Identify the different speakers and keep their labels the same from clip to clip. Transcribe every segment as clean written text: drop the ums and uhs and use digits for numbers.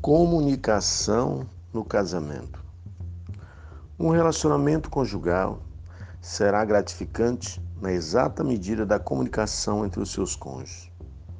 Speaker 1: Comunicação no casamento. Um relacionamento conjugal será gratificante na exata medida da comunicação entre os seus cônjuges.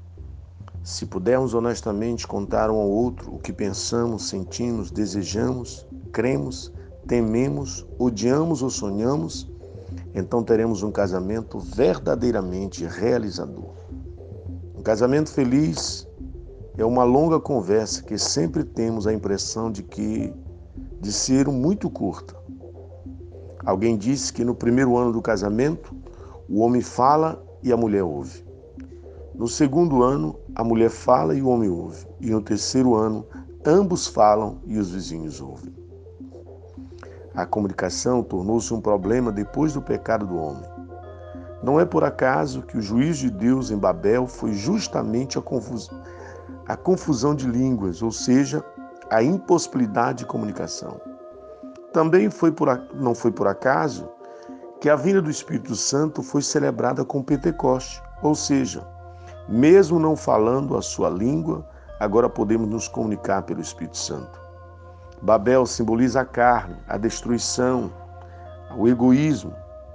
Speaker 1: Se pudermos honestamente contar um ao outro o que pensamos, sentimos, desejamos, cremos, tememos, odiamos ou sonhamos, então teremos um casamento verdadeiramente realizador. Um casamento feliz é uma longa conversa que sempre temos a impressão de ser muito curta. Alguém disse que no primeiro ano do casamento, o homem fala e a mulher ouve. No segundo ano, a mulher fala e o homem ouve. E no terceiro ano, ambos falam e os vizinhos ouvem. A comunicação tornou-se um problema depois do pecado do homem. Não é por acaso que o juízo de Deus em Babel foi justamente a confusão de línguas, ou seja, a impossibilidade de comunicação. Também não foi por acaso que a vinda do Espírito Santo foi celebrada com Pentecoste, ou seja, mesmo não falando a sua língua, agora podemos nos comunicar pelo Espírito Santo. Babel simboliza a carne, a destruição, o egoísmo.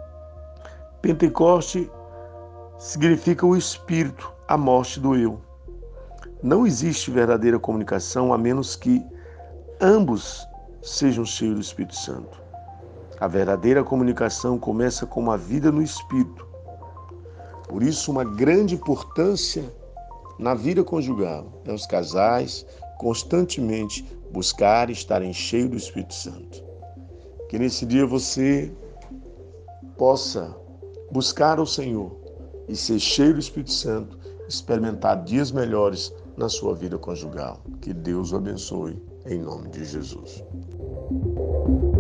Speaker 1: Pentecoste significa o Espírito, a morte do eu. Não existe verdadeira comunicação a menos que ambos sejam cheios do Espírito Santo. A verdadeira comunicação começa com uma vida no Espírito. Por isso, uma grande importância na vida conjugal é os casais constantemente buscarem estarem cheios do Espírito Santo. Que nesse dia você possa buscar o Senhor e ser cheio do Espírito Santo, experimentar dias melhores na sua vida conjugal. Que Deus o abençoe, em nome de Jesus.